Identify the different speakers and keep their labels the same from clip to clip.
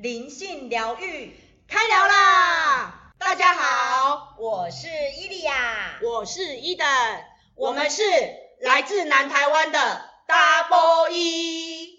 Speaker 1: 灵性疗愈
Speaker 2: 开聊啦！大家好，
Speaker 1: 我是伊利亚，
Speaker 2: 我是伊登，我们是来自南台湾的 Double E。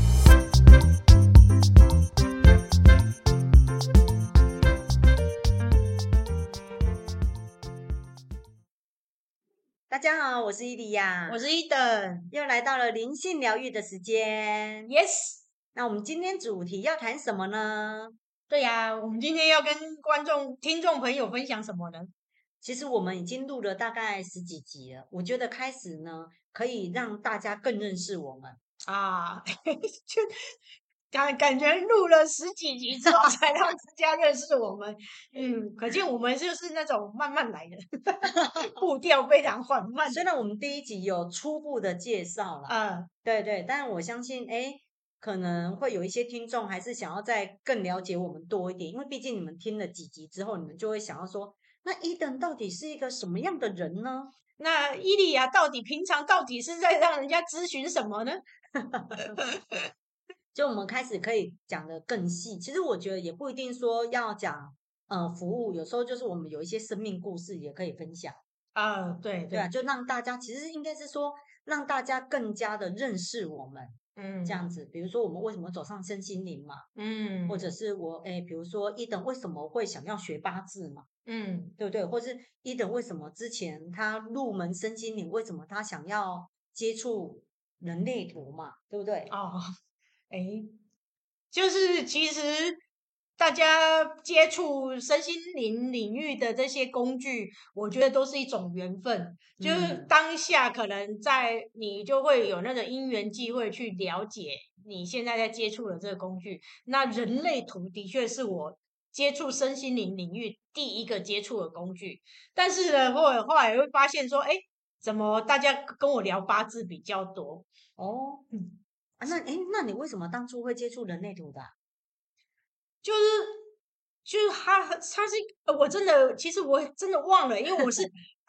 Speaker 1: 大家好，我是伊利亚，
Speaker 2: 我是伊登，
Speaker 1: 又来到了灵性疗愈的时间。
Speaker 2: Yes，
Speaker 1: 那我们今天主题要谈什么呢？
Speaker 2: 对呀，我们今天要跟听众朋友分享什么呢？
Speaker 1: 其实我们已经录了大概10几集了，我觉得开始呢可以让大家更认识我们
Speaker 2: 啊，就感觉录了10几集之后才让大家认识我们，可见我们就是那种慢慢来的，步调非常缓慢。
Speaker 1: 虽然我们第一集有初步的介绍啦，对，但我相信，可能会有一些听众还是想要再更了解我们多一点，因为毕竟你们听了几集之后，你们就会想要说，那伊登到底是一个什么样的人呢？
Speaker 2: 那伊利亚平常到底是在让人家咨询什么呢？
Speaker 1: 就我们开始可以讲得更细，其实我觉得也不一定说要讲服务，有时候就是我们有一些生命故事也可以分享
Speaker 2: 对
Speaker 1: 对啊，就让大家其实应该是说让大家更加的认识我们，这样子，比如说我们为什么走上身心灵嘛，或者是比如说伊登为什么会想要学八字嘛，对不对？或是伊登为什么之前他入门身心灵，为什么他想要接触人类图嘛，对不对？
Speaker 2: 就是其实大家接触身心灵领域的这些工具，我觉得都是一种缘分。就是当下可能你就会有那个因缘际会去了解你现在在接触的这个工具。那人类图的确是我接触身心灵领域第一个接触的工具，但是呢，后来会发现说，怎么大家跟我聊八字比较多？
Speaker 1: 那你为什么当初会接触人类图的？
Speaker 2: 就是他是我其实我真的忘了，因为我是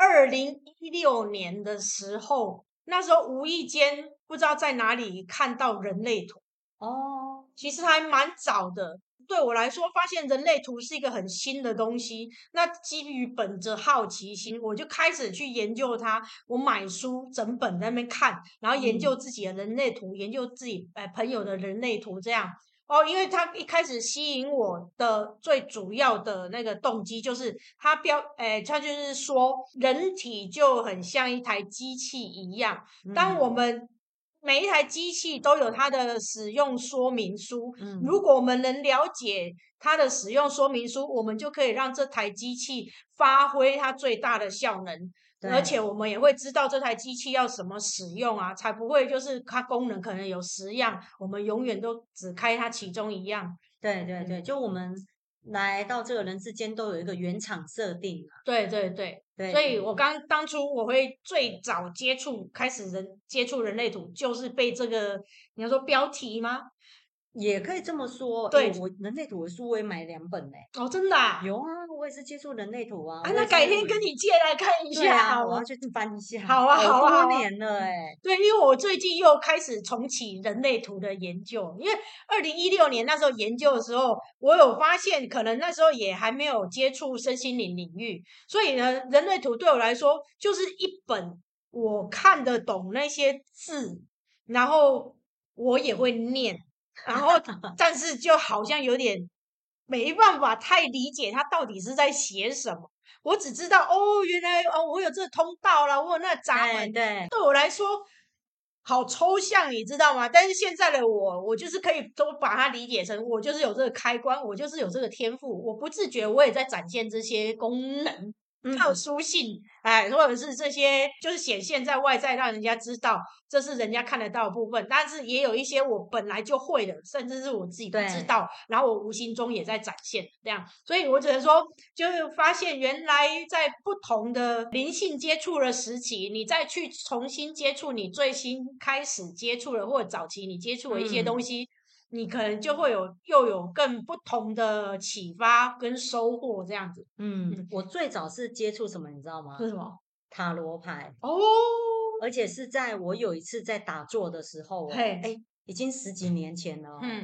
Speaker 2: 2016年的时候，那时候无意间不知道在哪里看到人类图，其实还蛮早的。对我来说，发现人类图是一个很新的东西，那基于本着好奇心，我就开始去研究它。我买书整本在那边看，然后研究自己的人类图，研究自己朋友的人类图，这样。因为它一开始吸引我的最主要的那个动机，就是它就是说人体就很像一台机器一样，当我们每一台机器都有它的使用说明书，如果我们能了解它的使用说明书，我们就可以让这台机器发挥它最大的效能。而且我们也会知道这台机器要什么使用啊，才不会就是它功能可能有10样，我们永远都只开它其中一样。
Speaker 1: 对，就我们来到这个人世间都有一个原厂设定
Speaker 2: 对，所以我当初我会最早开始接触人类图，就是被这个你要说标题吗？
Speaker 1: 也可以这么说。
Speaker 2: 对，
Speaker 1: 我人类图的书我也买2本嘞。
Speaker 2: 真的啊？
Speaker 1: 有啊，我也是接触人类图啊。
Speaker 2: 那改天跟你借来看一下。
Speaker 1: 我要去翻一下。
Speaker 2: 好啊，
Speaker 1: 多年了
Speaker 2: 对，因为我最近又开始重启人类图的研究，因为2016年那时候研究的时候，我有发现可能那时候也还没有接触身心灵领域，所以呢，人类图对我来说就是一本我看得懂那些字，然后我也会念。然后，但是就好像有点没办法太理解他到底是在写什么。我只知道原来我有这个通道啦，我有那闸门。
Speaker 1: 对
Speaker 2: 我来说好抽象，你知道吗？但是现在的我就是可以都把它理解成我就是有这个开关，我就是有这个天赋，我不自觉我也在展现这些功能。特殊性，或者是这些就是显现在外在，让人家知道这是人家看得到的部分。但是也有一些我本来就会的，甚至是我自己不知道，然后我无形中也在展现这样。所以我只能说，就是发现原来在不同的灵性接触的时期，你再去重新接触你最新开始接触的，或者早期你接触的一些东西。你可能就会又有更不同的启发跟收获这样子。
Speaker 1: 我最早是接触什么你知道吗？
Speaker 2: 是什么？
Speaker 1: 塔罗牌。而且是在我有一次在打坐的时候，已经10几年前了。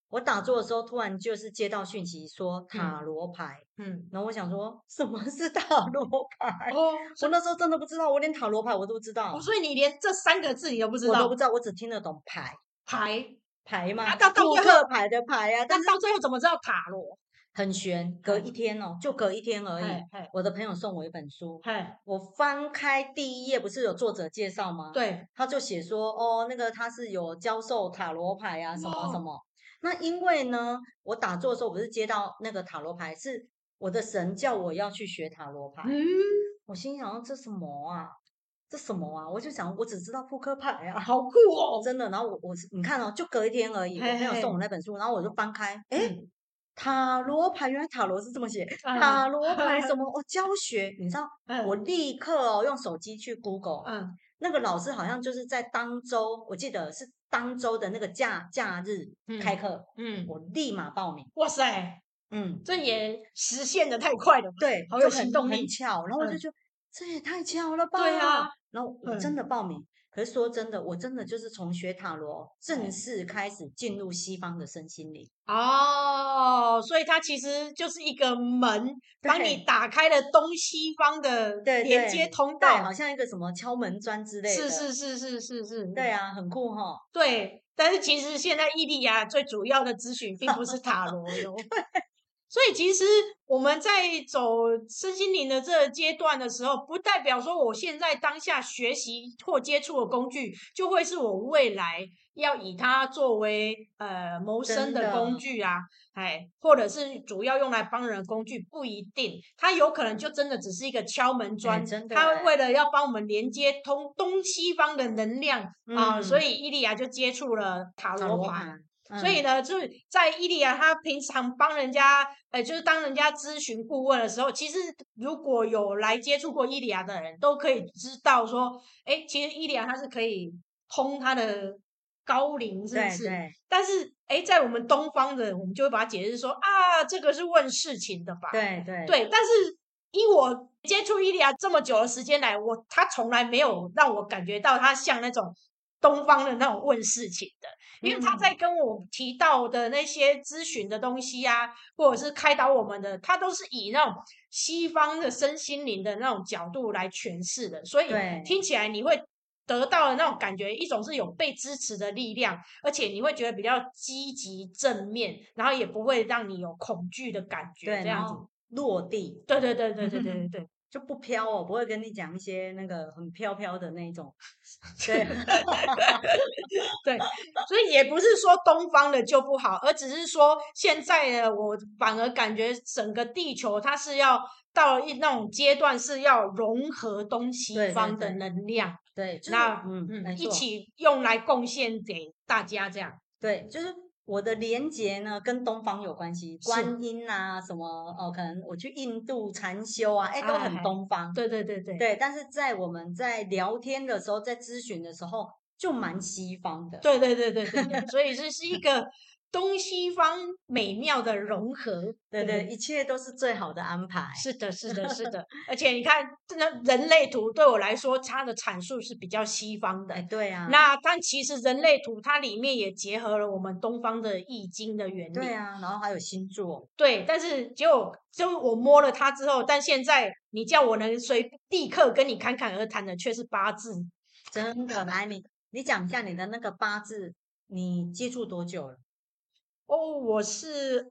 Speaker 1: 我打坐的时候，突然就是接到讯息说塔罗牌，然后我想说什么是塔罗牌？我那时候真的不知道，我连塔罗牌我都不知道。
Speaker 2: 所以你连这3个字你都不知道？
Speaker 1: 我都不知道，我只听得懂牌嘛，扑克牌的牌啊。
Speaker 2: 但到最后怎么知道塔罗？
Speaker 1: 很悬，隔一天哦，就隔一天而已。我的朋友送我一本书，我翻开第1页，不是有作者介绍吗？
Speaker 2: 对，
Speaker 1: 他就写说，哦，那个他是有教授塔罗牌啊，什么什么。那因为呢，我打坐的时候，我不是接到那个塔罗牌，是我的神叫我要去学塔罗牌。我心想这什么啊？这什么啊？我就想，我只知道扑克牌啊，
Speaker 2: 好酷哦，
Speaker 1: 真的。然后你看哦，就隔一天而已，我朋友送我那本书，然后我就翻开，塔罗牌，原来塔罗是这么写，塔罗牌什么教学，你知道，我立刻用手机去 Google，那个老师好像就是在当周，我记得是当周的那个假日开课，我立马报名。
Speaker 2: 哇塞，这也实现的太快了，
Speaker 1: 对，
Speaker 2: 好有行动力，
Speaker 1: 很巧。然后我就觉得这也太巧了吧，
Speaker 2: 对啊，
Speaker 1: 然后我真的报名。可是说真的，我真的就是从学塔罗正式开始进入西方的身心灵。
Speaker 2: 所以它其实就是一个门，帮你打开了东西方的连接通道，
Speaker 1: 好像一个什么敲门砖之类的。
Speaker 2: 是，
Speaker 1: 对啊，很酷齁。
Speaker 2: 对，但是其实现在伊利亚最主要的咨询并不是塔罗哟。所以其实我们在走身心灵的这个阶段的时候，不代表说我现在当下学习或接触的工具就会是我未来要以它作为谋生的工具啊，或者是主要用来帮人的工具，不一定，它有可能就真的只是一个敲门砖，它为了要帮我们连接通东西方的能量啊，所以伊利亚就接触了塔罗牌。所以呢，就是在伊利亚，他平常帮人家，就是当人家咨询顾问的时候，其实如果有来接触过伊利亚的人，都可以知道说，其实伊利亚他是可以通他的高龄，是不是？
Speaker 1: 对。
Speaker 2: 但是，在我们东方的，我们就会把它解释说啊，这个是问事情的吧？
Speaker 1: 对。
Speaker 2: 但是以我接触伊利亚这么久的时间来，他从来没有让我感觉到他像那种东方的那种问事情的。因为他在跟我提到的那些咨询的东西啊，或者是开导我们的，他都是以那种西方的身心灵的那种角度来诠释的，所以听起来你会得到的那种感觉，一种是有被支持的力量，而且你会觉得比较积极正面，然后也不会让你有恐惧的感觉，这样子
Speaker 1: 落地。
Speaker 2: 对，
Speaker 1: 就不飘哦，不会跟你讲一些那个很飘的那种。对
Speaker 2: 对，所以也不是说东方的就不好，而只是说现在呢，我反而感觉整个地球它是要到那种阶段，是要融合东西方的能量，
Speaker 1: 对，
Speaker 2: 那一起用来贡献给大家，这样。
Speaker 1: 对，就是我的连结呢，跟东方有关系，观音啊，什么可能我去印度禅修啊，都很东方。
Speaker 2: 对，
Speaker 1: 但是在我们在聊天的时候，在咨询的时候，就蛮西方的。
Speaker 2: 对，所以这是一个东西方美妙的融合。
Speaker 1: 对，一切都是最好的安排。
Speaker 2: 是的。而且你看，真的人类图对我来说，它的阐述是比较西方的。
Speaker 1: 对啊。
Speaker 2: 但其实人类图它里面也结合了我们东方的易经的原理。
Speaker 1: 对啊，然后还有星座。
Speaker 2: 对，但是就我摸了它之后，但现在你叫我能立刻跟你侃侃而谈的，却是八字。
Speaker 1: 真的，来你讲一下你的那个八字，你接触多久了？
Speaker 2: 我是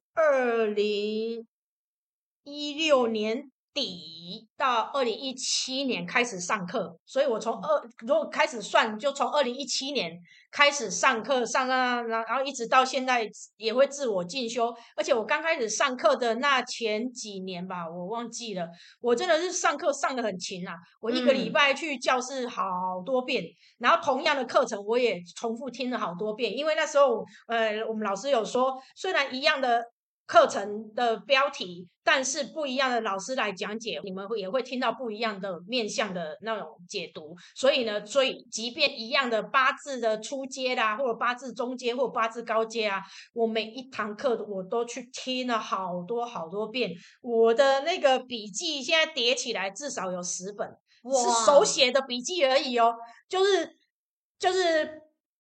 Speaker 2: 2016年底到2017年开始上课，所以我如果开始算，就从2017年开始上课，然后一直到现在也会自我进修，而且我刚开始上课的那前几年吧，我忘记了，我真的是上课上得很勤啊，我一个礼拜去教室好多遍，然后同样的课程我也重复听了好多遍，因为那时候我们老师有说，虽然一样的课程的标题，但是不一样的老师来讲解，你们也会听到不一样的面向的那种解读。所以即便一样的八字的初阶啦，或者八字中阶，或者八字高阶啊，我每一堂课我都去听了好多遍。我的那个笔记现在叠起来至少有10本，是手写的笔记而已哦，就是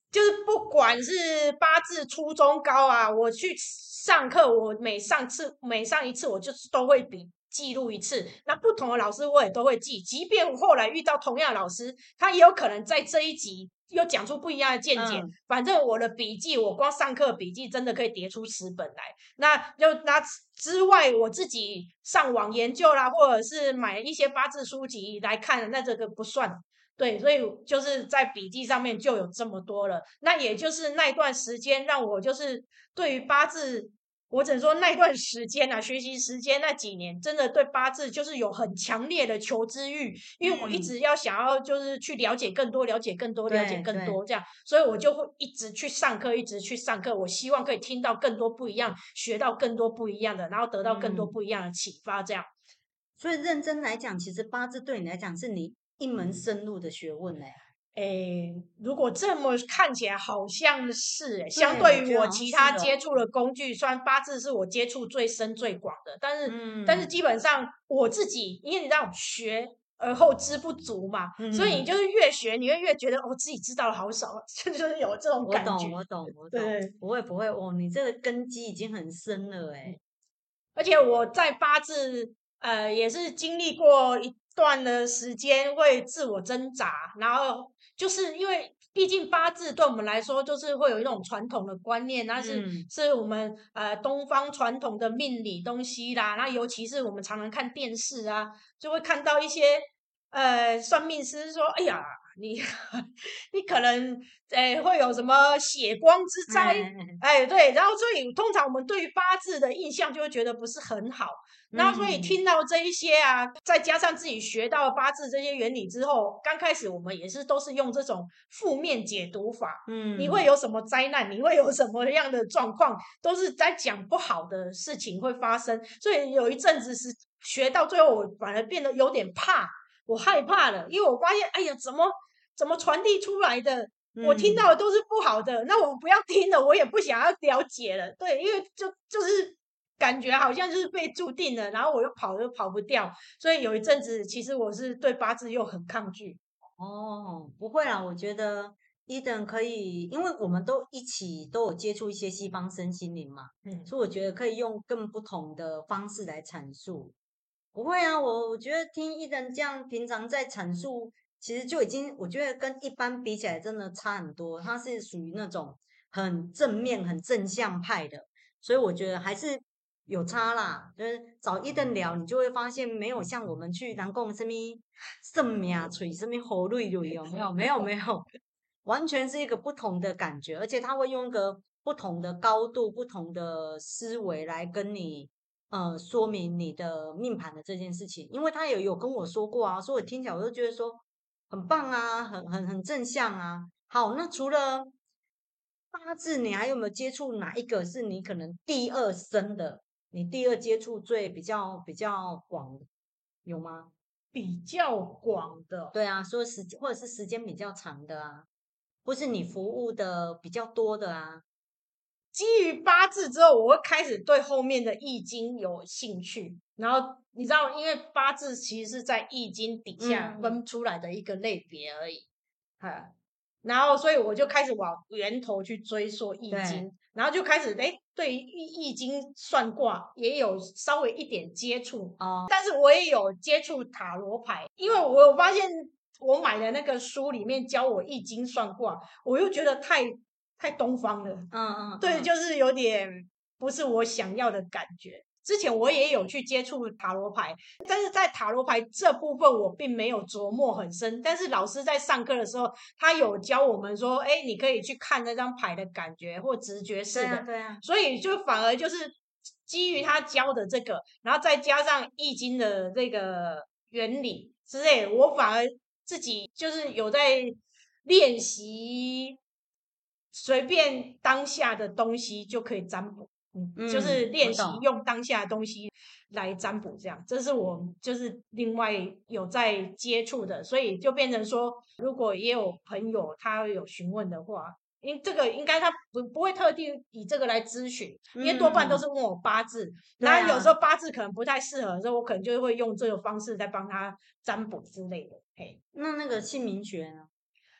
Speaker 2: 就是不管是八字初中高啊，我去上课，我每上一次，我就是都会记录一次。那不同的老师我也都会记，即便我后来遇到同样的老师，他也有可能在这一集又讲出不一样的见解。反正我的笔记，我光上课笔记真的可以叠出10本来。那之外，我自己上网研究啦，或者是买一些八字书籍来看，那这个不算。对，所以就是在笔记上面就有这么多了。那也就是那段时间让我就是对于八字，我只能说那段时间啊，学习时间那几年，真的对八字就是有很强烈的求知欲，因为我一直要想要就是去了解更多，了解更多，了解更多这样，所以我就会一直去上课，一直去上课。我希望可以听到更多不一样，学到更多不一样的，然后得到更多不一样的启发这样。
Speaker 1: 所以认真来讲，其实八字对你来讲是你一门深入的学问
Speaker 2: 如果这么看起来好像是相对于我其他接触的工具，虽然八字是我接触最深最广的，但是基本上我自己，因为你知道学而后知不足嘛，所以你就是越学，你会越觉得自己知道的好少，就是有这种感觉。
Speaker 1: 我懂。对，不会哦，你这个根基已经很深了
Speaker 2: 而且我在八字也是经历过一段的时间会自我挣扎，然后就是因为毕竟八字对我们来说就是会有一种传统的观念，那是我们东方传统的命理东西啦。那尤其是我们常常看电视啊，就会看到一些算命师说，哎呀，你你可能会有什么血光之灾，对，然后所以通常我们对于八字的印象就会觉得不是很好。然后所以听到这一些啊，再加上自己学到八字这些原理之后，刚开始我们也是都是用这种负面解读法，你会有什么灾难，你会有什么样的状况，都是在讲不好的事情会发生。所以有一阵子是学到最后，我反而变得有点怕，我害怕了，因为我发现，哎呀，怎么传递出来的？我听到的都是不好的，那我不要听了，我也不想要了解了。对，因为就是感觉好像就是被注定了，然后我又跑不掉，所以有一阵子其实我是对八字又很抗拒。
Speaker 1: 不会啦，我觉得Eden可以，因为我们都一起都有接触一些西方身心灵嘛，所以我觉得可以用更不同的方式来阐述。不会啊，我觉得听Eden这样平常在阐述，其实就已经我觉得跟一般比起来真的差很多。他是属于那种很正面、很正向派的，所以我觉得还是有差啦。就是找Eden聊，你就会发现没有像我们去南宫什么圣命锤、什么喉瑞瑞有没有？没有，完全是一个不同的感觉，而且他会用一个不同的高度、不同的思维来跟你。说明你的命盘的这件事情，因为他也有跟我说过啊，所以我听起来我就觉得说很棒啊，很正向啊。好，那除了八字，你还有没有接触哪一个是你可能第二深的？你第二接触比较广的，有吗？
Speaker 2: 比较广的，
Speaker 1: 对啊，说或者是时间比较长的啊，或是你服务的比较多的啊。
Speaker 2: 基于八字之后，我会开始对后面的易经有兴趣。然后你知道，因为八字其实是在易经底下分出来的一个类别而已，然后所以我就开始往源头去追溯易经，然后就开始对易经算卦也有稍微一点接触但是我也有接触塔罗牌，因为我发现我买的那个书里面教我易经算卦，我又觉得太东方了，对，就是有点不是我想要的感觉。之前我也有去接触塔罗牌，但是在塔罗牌这部分我并没有琢磨很深。但是老师在上课的时候，他有教我们说，你可以去看那张牌的感觉或直觉式的。
Speaker 1: 对啊。
Speaker 2: 所以就反而就是基于他教的这个，然后再加上易经的这个原理之类的，我反而自己就是有在练习。随便当下的东西就可以占卜，就是练习用当下的东西来占卜，这样，这是我就是另外有在接触的，所以就变成说，如果也有朋友他有询问的话，因为这个应该他不会特地以这个来咨询，因为多半都是问我八字，那有时候八字可能不太适合的时候，我可能就会用这个方式在帮他占卜之类的。
Speaker 1: 那个姓名学呢？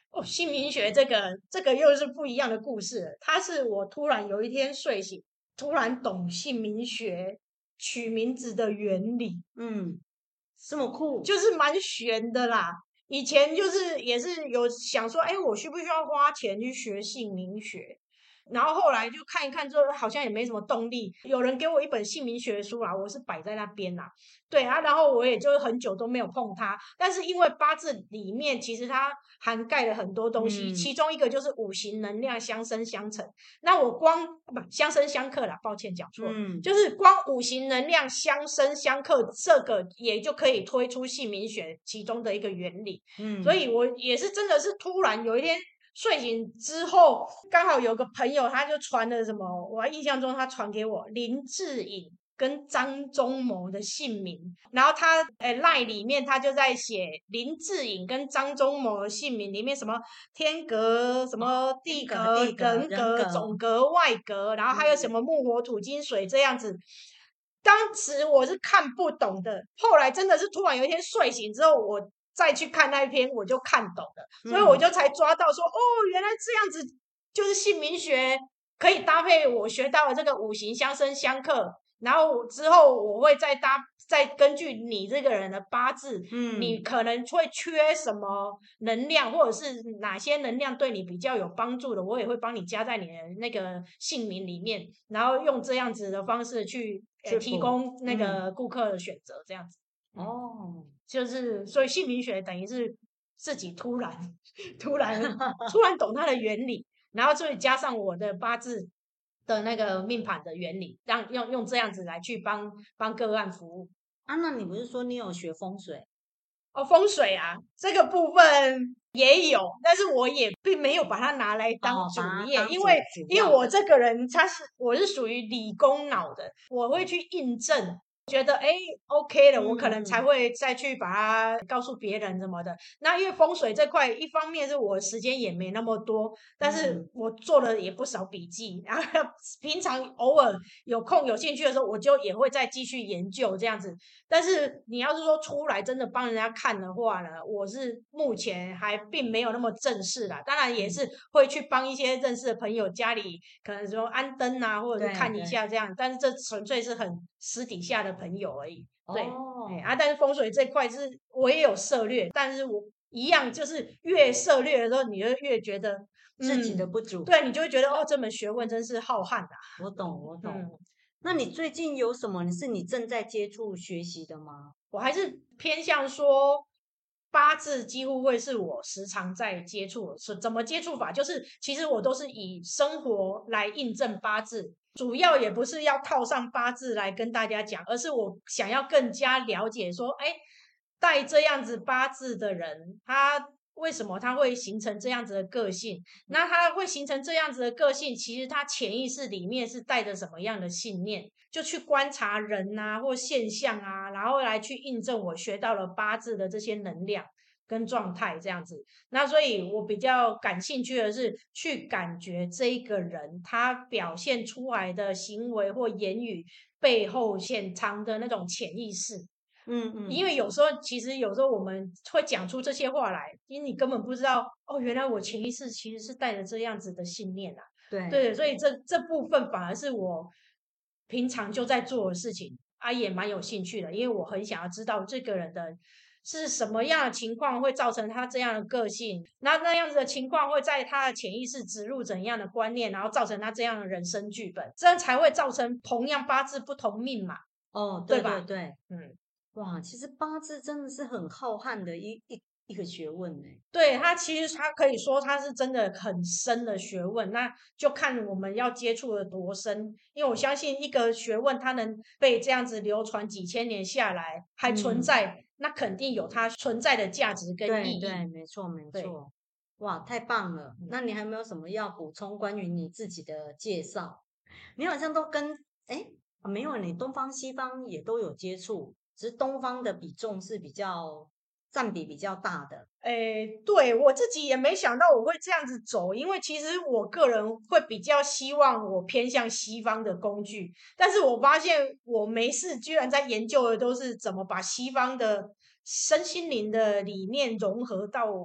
Speaker 2: 姓名学这个又是不一样的故事了。它是我突然有一天睡醒，突然懂姓名学取名字的原理。
Speaker 1: 这么酷，
Speaker 2: 就是蛮悬的啦。以前就是也是有想说，我需不需要花钱去学姓名学？然后后来就看一看之后，好像也没什么动力。有人给我一本姓名学书啦，我是摆在那边啦，对啊，然后我也就很久都没有碰它。但是因为八字里面其实它涵盖了很多东西，其中一个就是五行能量相生相成。那我光相生相克啦，抱歉讲错，就是光五行能量相生相克，这个也就可以推出姓名学其中的一个原理。所以我也是真的是突然有一天睡醒之后，刚好有个朋友他就传了什么，我印象中他传给我林志颖跟张忠谋的姓名，然后他LINE 里面他就在写林志颖跟张忠谋的姓名里面什么天格什么地格人格总格外格，然后还有什么木火土金水这样子。当时我是看不懂的，后来真的是突然有一天睡醒之后，我再去看那一篇，我就看懂了，所以我就才抓到说，原来这样子就是姓名学可以搭配我学到的这个五行相生相克，然后之后我会再根据你这个人的八字，你可能会缺什么能量，或者是哪些能量对你比较有帮助的，我也会帮你加在你的那个姓名里面，然后用这样子的方式去提供那个顾客的选择，这样子。就是所以姓名学等于是自己突然懂它的原理，然后所以加上我的八字的那个命盘的原理，用这样子来去帮个案服务。
Speaker 1: 那你不是说你有学风水？
Speaker 2: 风水啊，这个部分也有，但是我也并没有把它拿来当主业，因为我这个人我是属于理工脑的，我会去印证。觉得OK 了，我可能才会再去把它告诉别人什么的。那因为风水这块，一方面是我时间也没那么多，但是我做了也不少笔记，然后平常偶尔有空有兴趣的时候，我就也会再继续研究这样子。但是你要是说出来真的帮人家看的话呢，我是目前还并没有那么正式啦。当然也是会去帮一些认识的朋友家里可能说安灯啊，或者是看一下这样，但是这纯粹是很私底下的朋友而已。对，但是风水这块是我也有涉略，但是我一样就是越涉略的时候，你就越觉得
Speaker 1: 自己的不足，
Speaker 2: 对，你就会觉得这门学问真是浩瀚的。
Speaker 1: 我懂。那你最近有什么是你正在接触学习的吗？
Speaker 2: 我还是偏向说八字几乎会是我时常在接触的，是怎么接触法？就是其实我都是以生活来印证八字，主要也不是要套上八字来跟大家讲，而是我想要更加了解说，带这样子八字的人，他为什么他会形成这样子的个性？那他会形成这样子的个性，其实他潜意识里面是带着什么样的信念？就去观察人啊或现象啊，然后来去印证我学到了八字的这些能量跟状态这样子。那所以我比较感兴趣的是去感觉这一个人他表现出来的行为或言语背后潜藏的那种潜意识。因为有时候我们会讲出这些话来，因为你根本不知道原来我潜意识其实是带着这样子的信念啊。对，所以这部分反而是我平常就在做的事情也蛮有兴趣的，因为我很想要知道这个人的是什么样的情况会造成他这样的个性，那样子的情况会在他的潜意识植入怎样的观念，然后造成他这样的人生剧本，这样才会造成同样八字不同命嘛。
Speaker 1: 对吧？对。哇，其实八字真的是很浩瀚的一个学问呢。
Speaker 2: 对，它其实可以说它是真的很深的学问，那就看我们要接触的多深。因为我相信一个学问它能被这样子流传几千年下来还存在，那肯定有它存在的价值跟意义。
Speaker 1: 对，没错。哇，太棒了！那你还没有什么要补充关于你自己的介绍？你好像都跟没有，你东方西方也都有接触。只是东方的比重是占比比较大的。
Speaker 2: 对，我自己也没想到我会这样子走，因为其实我个人会比较希望我偏向西方的工具，但是我发现我没事居然在研究的都是怎么把西方的身心灵的理念融合到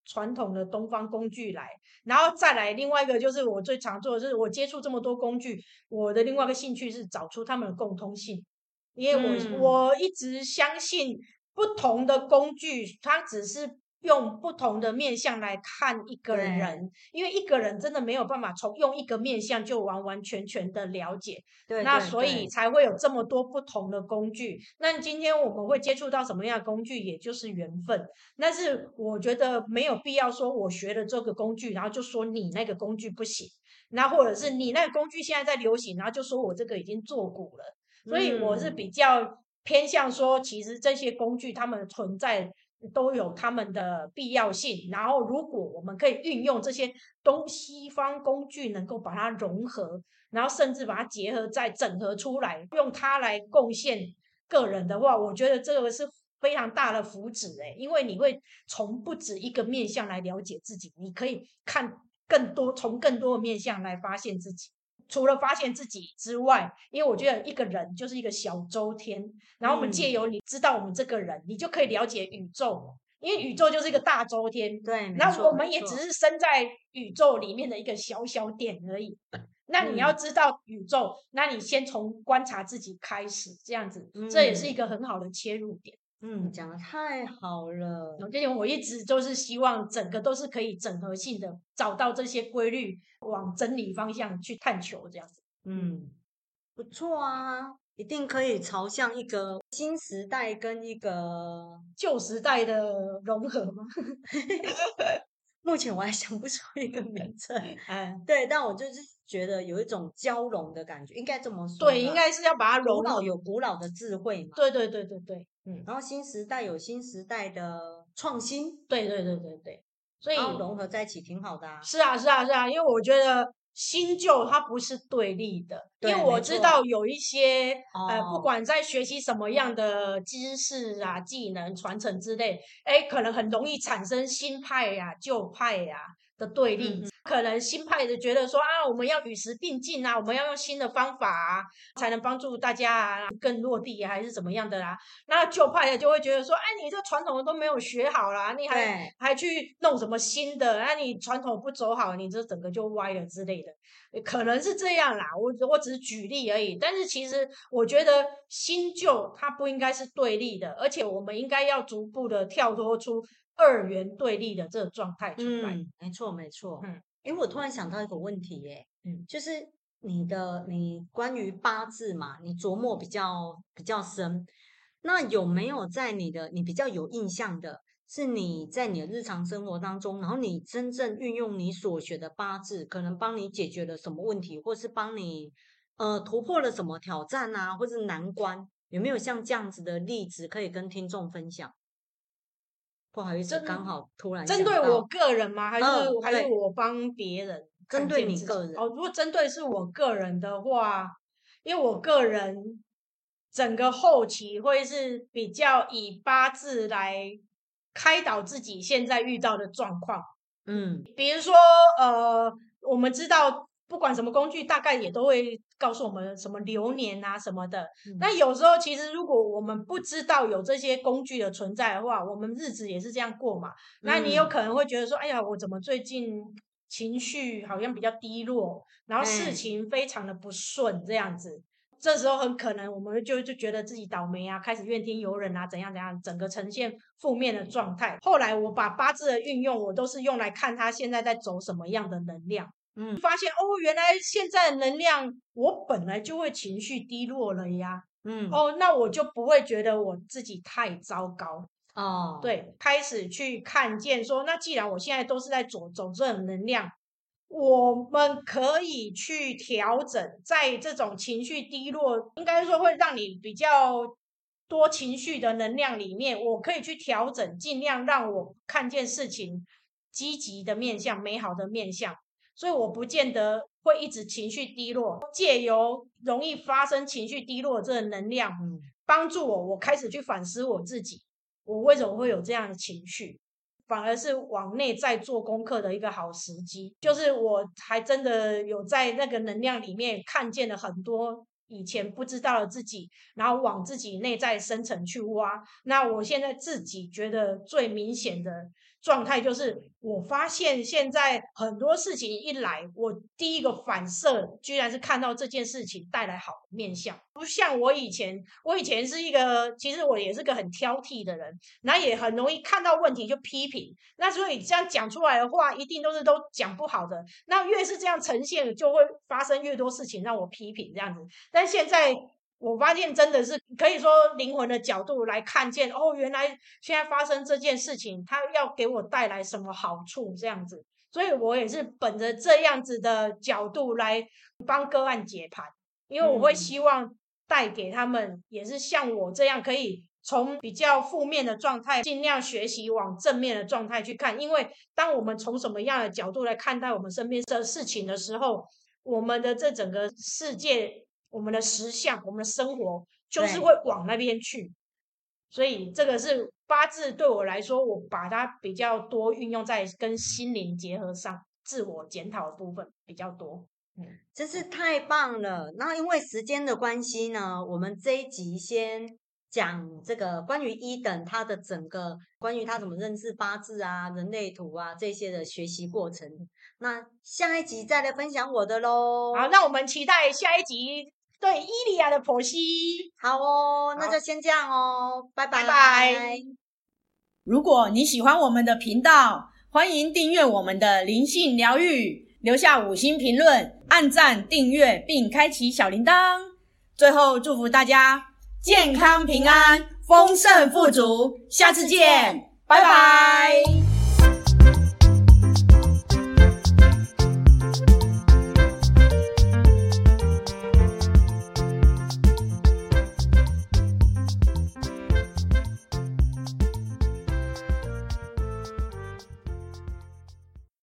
Speaker 2: 传统的东方工具来，然后再来另外一个就是我最常做的，就是我接触这么多工具，我的另外一个兴趣是找出它们的共通性，因为我一直相信不同的工具，它只是用不同的面向来看一个人，因为一个人真的没有办法用一个面向就完完全全的了解，那所以才会有这么多不同的工具。那今天我们会接触到什么样的工具，也就是缘分。但是我觉得没有必要说我学了这个工具，然后就说你那个工具不行，那或者是你那个工具现在在流行，然后就说我这个已经做古了。所以我是比较偏向说，其实这些工具它们存在都有他们的必要性，然后如果我们可以运用这些东西方工具，能够把它融合，然后甚至把它结合再整合出来，用它来贡献个人的话，我觉得这个是非常大的福祉因为你会从不止一个面向来了解自己，你可以看更多，从更多的面向来发现自己。除了发现自己之外，因为我觉得一个人就是一个小周天，然后我们借由你知道我们这个人，你就可以了解宇宙，因为宇宙就是一个大周天，
Speaker 1: 对，
Speaker 2: 那我们也只是身在宇宙里面的一个小小点而已。那你要知道宇宙，那你先从观察自己开始，这样子，这也是一个很好的切入点。
Speaker 1: 讲得太好了。
Speaker 2: 我一直都是希望整个都是可以整合性的，找到这些规律，往真理方向去探求，这样子。
Speaker 1: 不错啊，一定可以朝向一个新时代跟一个
Speaker 2: 旧时代的融合吗？
Speaker 1: 目前我还想不出一个名称。对，但我就是觉得有一种交融的感觉，应该这么说。
Speaker 2: 对，应该是要把它融合。
Speaker 1: 古老有古老的智慧嘛。
Speaker 2: 对。
Speaker 1: 然后新时代有新时代的创新。
Speaker 2: 对。所以
Speaker 1: 融合在一起挺好的啊。
Speaker 2: 是啊，因为我觉得新旧它不是对立的，因为我知道有一些不管在学习什么样的知识啊、技能传承之类，可能很容易产生新派呀、旧派呀的对立。可能新派的觉得说我们要与时并进啊，我们要用新的方法啊，才能帮助大家更落地还是怎么样的啦。那旧派的就会觉得说，你这传统的都没有学好啦，你还去弄什么新的？你传统不走好，你这整个就歪了之类的。可能是这样啦，我只是举例而已。但是其实我觉得新旧它不应该是对立的，而且我们应该要逐步的跳脱出二元对立的这个状态出来。
Speaker 1: 没错。我突然想到一个问题就是你关于八字嘛，你琢磨比较深，那有没有在你比较有印象的，是你在你的日常生活当中，然后你真正运用你所学的八字，可能帮你解决了什么问题，或是帮你突破了什么挑战啊，或是难关，有没有像这样子的例子可以跟听众分享？不好意思，刚好突然
Speaker 2: 针对我个人吗？还是我帮别人？
Speaker 1: 针对你个人
Speaker 2: 如果针对是我个人的话，因为我个人整个后期会是比较以八字来开导自己现在遇到的状况。比如说我们知道不管什么工具，大概也都会告诉我们什么流年啊什么的。那有时候其实如果我们不知道有这些工具的存在的话，我们日子也是这样过嘛。那你有可能会觉得说，哎呀，我怎么最近情绪好像比较低落，然后事情非常的不顺这样子。这时候很可能我们就觉得自己倒霉啊，开始怨天尤人啊，怎样，整个呈现负面的状态。后来我把八字的运用，我都是用来看他现在在走什么样的能量。发现原来现在的能量，我本来就会情绪低落了呀。那我就不会觉得我自己太糟糕。对，开始去看见说，那既然我现在都是在走这种能量，我们可以去调整，在这种情绪低落，应该说会让你比较多情绪的能量里面，我可以去调整，尽量让我看见事情积极的面向、美好的面向。所以我不见得会一直情绪低落，借由容易发生情绪低落的这个能量，帮助我开始去反思我自己，我为什么会有这样的情绪。反而是往内在做功课的一个好时机，就是我还真的有在那个能量里面看见了很多以前不知道的自己，然后往自己内在深层去挖。那我现在自己觉得最明显的状态，就是我发现现在很多事情一来，我第一个反射居然是看到这件事情带来好的面向，不像我以前是一个，其实我也是个很挑剔的人，那也很容易看到问题就批评，那所以这样讲出来的话一定都讲不好的，那越是这样呈现就会发生越多事情让我批评这样子。但现在我发现真的是可以说灵魂的角度来看见，原来现在发生这件事情它要给我带来什么好处这样子，所以我也是本着这样子的角度来帮个案解盘，因为我会希望带给他们也是像我这样可以从比较负面的状态尽量学习往正面的状态去看，因为当我们从什么样的角度来看待我们身边的事情的时候，我们的这整个世界，我们的实相，我们的生活就是会往那边去。所以这个是八字对我来说，我把它比较多运用在跟心灵结合上，自我检讨的部分比较多。
Speaker 1: 真是太棒了。那因为时间的关系呢，我们这一集先讲这个关于一等他的整个关于他怎么认识八字啊、人类图啊这些的学习过程。那下一集再来分享我的咯。
Speaker 2: 好，那我们期待下一集对伊利亚的剖析。
Speaker 1: 好哦，那就先这样哦，拜拜。
Speaker 2: 拜拜。
Speaker 3: 如果你喜欢我们的频道，欢迎订阅我们的灵性疗愈，留下5星评论，按赞订阅并开启小铃铛。最后祝福大家健康平安，丰盛富足，下次见，拜拜。